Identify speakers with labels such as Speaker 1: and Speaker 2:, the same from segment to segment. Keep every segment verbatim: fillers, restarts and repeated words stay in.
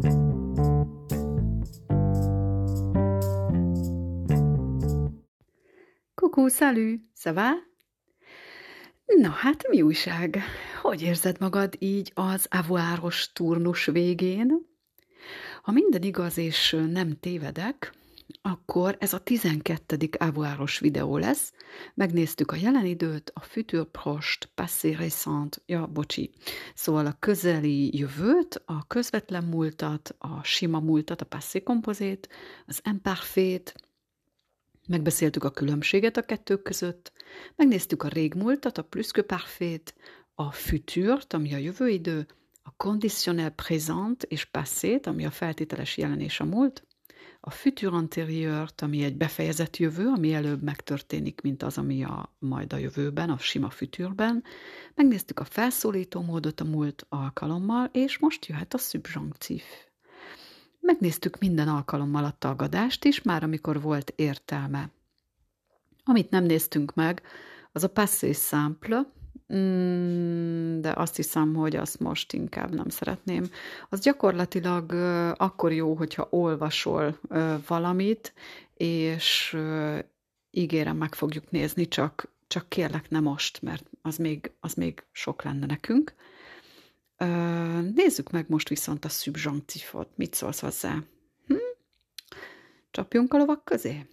Speaker 1: Coucou, salut, ça va? Na hát, mi újság? Hogy érzed magad így az avoáros turnus végén? Ha minden igaz és nem tévedek, akkor ez a tizenkettedik avoáros videó lesz. Megnéztük a jelen időt, a futur proche, passé récent, ja, bocsi. Szóval a közeli jövőt, a közvetlen múltat, a sima múltat, a passé composét, az imparfait, megbeszéltük a különbséget a kettő között, megnéztük a régmúltat, a plus que parfait, a futurt, ami a jövőidő, a conditionnel présent és passét, ami a feltételes jelen és a múlt, a futur antérieur, ami egy befejezett jövő, ami előbb megtörténik, mint az, ami a, majd a jövőben, a sima futurben. Megnéztük a felszólító módot a múlt alkalommal, és most jöhet a subjonctif. Megnéztük minden alkalommal a tagadást is, már amikor volt értelme. Amit nem néztünk meg, az a passé simple, de azt hiszem, hogy azt most inkább nem szeretném. Az gyakorlatilag akkor jó, hogyha olvasol valamit, és ígérem, meg fogjuk nézni, csak, csak kérlek ne most, mert az még, az még sok lenne nekünk. Nézzük meg most viszont a subjonctifot. Mit szólsz hozzá? Hm? Csapjunk a lovak közé?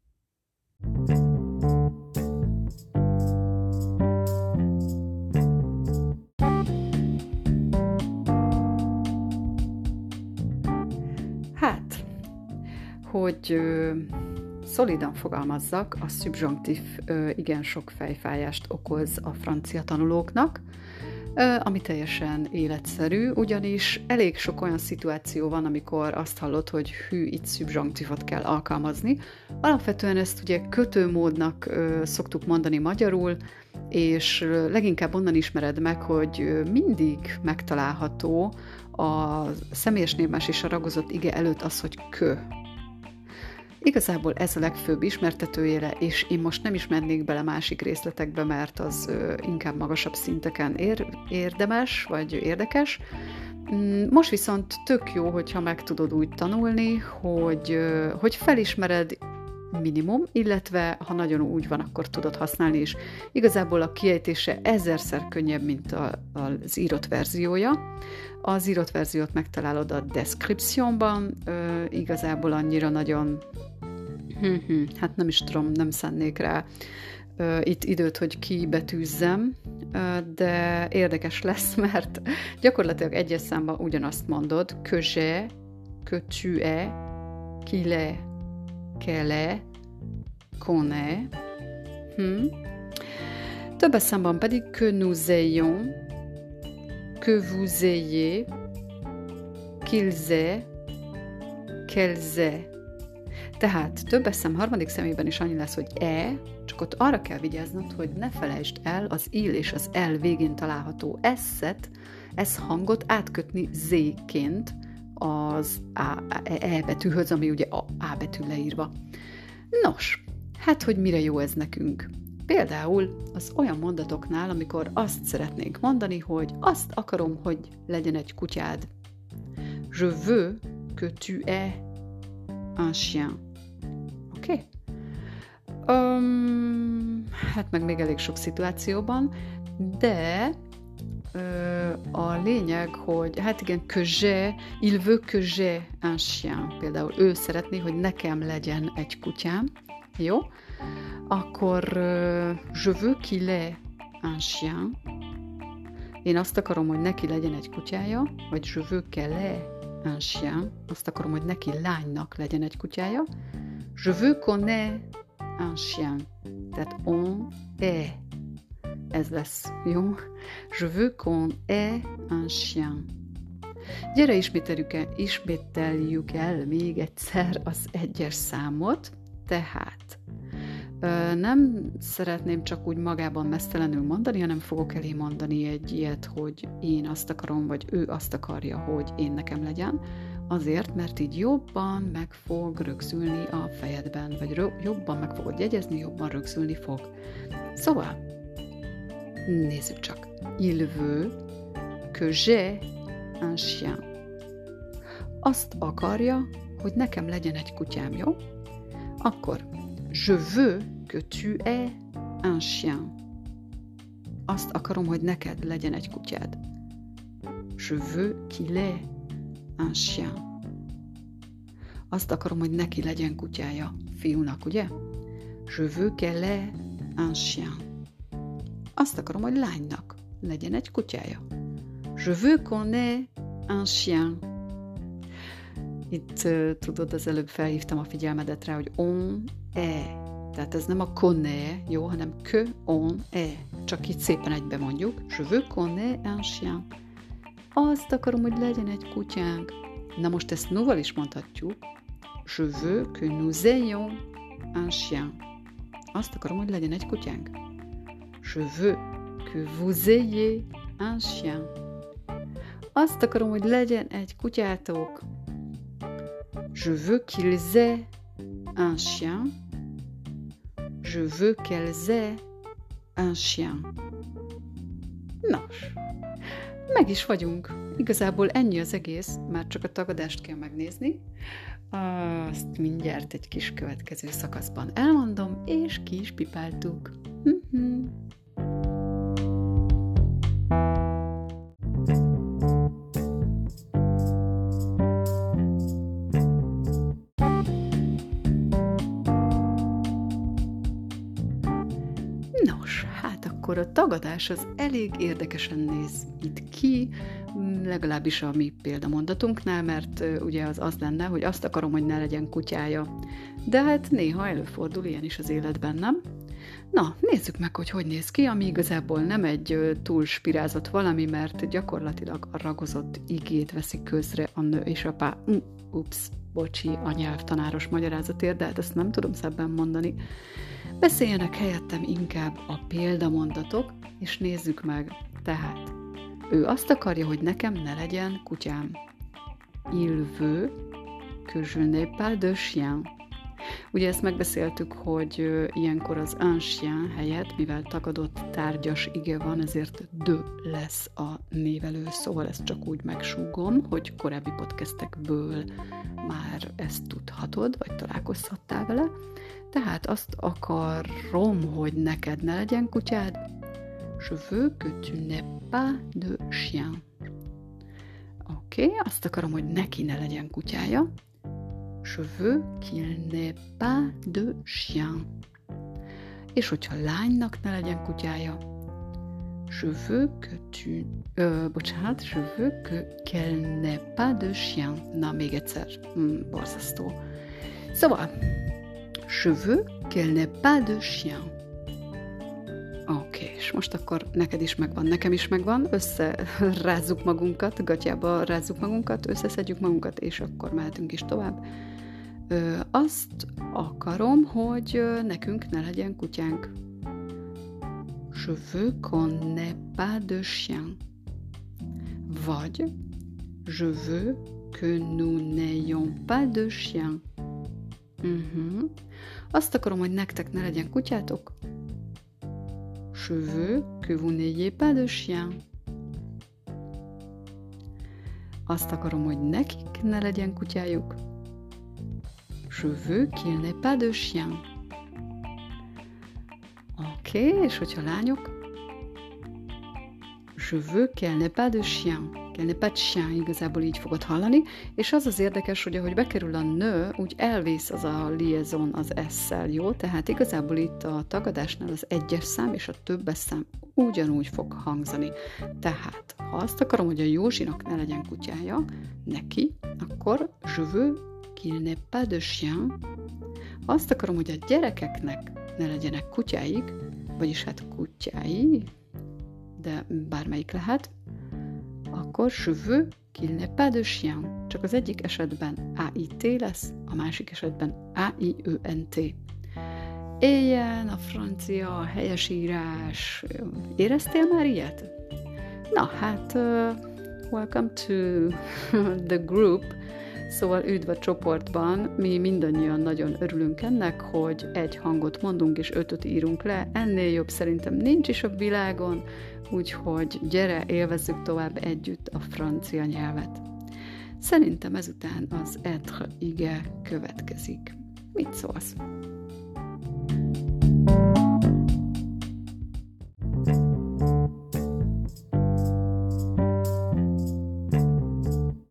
Speaker 1: Hát, hogy ö, szolidan fogalmazzak, a subjonctif ö, igen sok fejfájást okoz a francia tanulóknak, ami teljesen életszerű, ugyanis elég sok olyan szituáció van, amikor azt hallod, hogy hű, itt subjonctifot kell alkalmazni. Alapvetően ezt ugye kötőmódnak ö, szoktuk mondani magyarul, és leginkább onnan ismered meg, hogy mindig megtalálható a személyes névmás és a ragozott ige előtt az, hogy kö. Igazából ez a legfőbb ismertetőjele, és én most nem is mennék bele másik részletekbe, mert az ö, inkább magasabb szinteken ér, érdemes, vagy érdekes. Most viszont tök jó, hogyha meg tudod úgy tanulni, hogy, ö, hogy felismered minimum, illetve ha nagyon úgy van, akkor tudod használni is. Igazából a kiejtése ezerszer könnyebb, mint a, az írott verziója. Az írott verziót megtalálod a descriptionban, ö, igazából annyira nagyon hát nem is tudom, nem szánnék rá uh, itt időt, hogy kibetűzzem, uh, de érdekes lesz, mert gyakorlatilag egyes számban ugyanazt mondod, que j'ai, que tu es, qu'il est, qu'elle est, qu'on est. Hm. Többes számban pedig que nous ayons, que vous ayez, qu'ils aient, qu'elles aient. Tehát többes szám harmadik szemében is annyi lesz, hogy e, csak ott arra kell vigyáznod, hogy ne felejtsd el az il és az el végén található s-et, s hangot átkötni z-ként az a, e betűhöz, ami ugye a, a betű leírva. Nos, hát hogy mire jó ez nekünk? Például az olyan mondatoknál, amikor azt szeretnénk mondani, hogy azt akarom, hogy legyen egy kutyád. Je veux que tu aies un chien. Oké? Okay? Um, hát meg még elég sok szituációban, de uh, a lényeg, hogy hát igen, que j'ai, il veut que j'ai un chien. Például ő szeretné, hogy nekem legyen egy kutyám. Jó? Akkor uh, je veux qu'il ait un chien. Én azt akarom, hogy neki legyen egy kutyája, vagy je veux qu'elle ait un chien, azt akarom, hogy neki lánynak legyen egy kutyája. Je veux qu'on ait un chien. Tehát on est. Ez lesz, jó? Je veux qu'on ait un chien. Gyere, ismételjük el, ismételjük el még egyszer az egyes számot. Tehát nem szeretném csak úgy magában mesztelenül mondani, hanem fogok elé mondani egy ilyet, hogy én azt akarom, vagy ő azt akarja, hogy én nekem legyen, azért, mert így jobban meg fog rögzülni a fejedben, vagy rö- jobban meg fogod jegyezni, jobban rögzülni fog. Szóval, nézzük csak. Il veut que j'ai un chien. azt akarja, hogy nekem legyen egy kutyám, jó? Akkor, je veux que tu aies un chien. Azt akarom, hogy neked legyen egy kutyád. Je veux qu'il ait un chien. Azt akarom, hogy neki legyen kutyája. Fiúnak, ugye? Je veux qu'elle ait un chien. Azt akarom, hogy lánynak legyen egy kutyája. Je veux qu'on ait un chien. Itt uh, tudod, az előbb felhívtam a figyelmedet rá, hogy on est. Tehát ez nem a connaît, jó, hanem que on est. Csak itt szépen egybe mondjuk. Je veux qu'on ait un chien. Azt akarom, hogy legyen egy kutyánk. Na most ezt nouval is mondhatjuk. Je veux que nous ayons un chien. Azt akarom, hogy legyen egy kutyánk. Je veux que vous ayez un chien. Azt akarom, hogy legyen egy kutyátok. Je veux qu'ils aient un chien. Je veux qu'elles aient un chien. Nos, meg is vagyunk. Igazából ennyi az egész, már csak a tagadást kell megnézni. Azt mindjárt egy kis következő szakaszban elmondom, és ki is pipáltuk. Nos, hát akkor a tagadás az elég érdekesen néz itt ki, legalábbis a mi példamondatunknál, mert uh, ugye az az lenne, hogy azt akarom, hogy ne legyen kutyája. De hát néha előfordul ilyen is az életben, nem? Na, nézzük meg, hogy hogy néz ki, ami igazából nem egy uh, túl spirázott valami, mert gyakorlatilag a ragozott igét veszi közre a nő és apá. Uh, ups, bocsi, a nyelvtanáros magyarázatért, de hát ezt nem tudom szebben mondani. Beszéljenek helyettem inkább a példamondatok, és nézzük meg. Tehát, ő azt akarja, hogy nekem ne legyen kutyám. Il veut que je n'ai pas de chien. Ugye ezt megbeszéltük, hogy ö, ilyenkor az un chien helyett, mivel tagadott tárgyas ige van, ezért de lesz a névelő, szóval ezt csak úgy megsúgom, hogy korábbi podcastekből már ezt tudhatod, vagy találkozhattál vele. Tehát azt akarom, hogy neked ne legyen kutyád. Je veux que tu n'aies pas de chien. Oké, okay, azt akarom, hogy neki ne legyen kutyája. Je veux qu'il n'ait pas de chien. És hogyha lánynak ne legyen kutyája. Je veux que tu... Ö, bocsánat, je veux que qu'elle n'ait pas de chien. Na, még egyszer. Hmm, borzasztó. Szóval, je veux qu'elle n'ait pas de chien. Oké, okay, és most akkor neked is megvan, nekem is megvan, összerázzuk magunkat, gatyába rázzuk magunkat, összeszedjük magunkat, és akkor mehetünk is tovább. Ö, azt akarom, hogy nekünk ne legyen kutyánk. Je veux qu'on n'ait pas de chien. Vagy, je veux que nous n'ayons pas de chien. Uh-huh. Azt akarom, hogy nektek ne legyen kutyátok. Je veux que vous n'ayez pas de chien. Azt akarom, hogy nekik ne legyen kutyájuk. Je veux qu'il n'ait pas de chien. Oké, okay, és hogyha lányok? Je veux qu'elle n'ait pas de chien. Qu'elle n'ait pas de chien, igazából így fogod hallani, és az az érdekes, hogy ahogy bekerül a nő, úgy elvész az a liaison az S-szel, jó? Tehát igazából itt a tagadásnál az egyes szám és a többes szám ugyanúgy fog hangzani. Tehát, ha azt akarom, hogy a Józsinak ne legyen kutyája, neki, akkor je veux qu'il n'ait pas de chien. Ha azt akarom, hogy a gyerekeknek ne legyenek kutyáik, vagyis hát kutyái, de bármelyik lehet, akkor je veux qu'il n'ait pas de chien. Csak az egyik esetben A I T lesz, a másik esetben A I Ö N T. Éljen a francia helyesírás. Éreztél már ilyet? Na hát, uh, welcome to the group. Szóval üdv a csoportban, mi mindannyian nagyon örülünk ennek, hogy egy hangot mondunk és ötöt írunk le. Ennél jobb szerintem nincs is a világon, úgyhogy gyere, élvezzük tovább együtt a francia nyelvet. Szerintem ezután az être ige következik. Mit szólsz?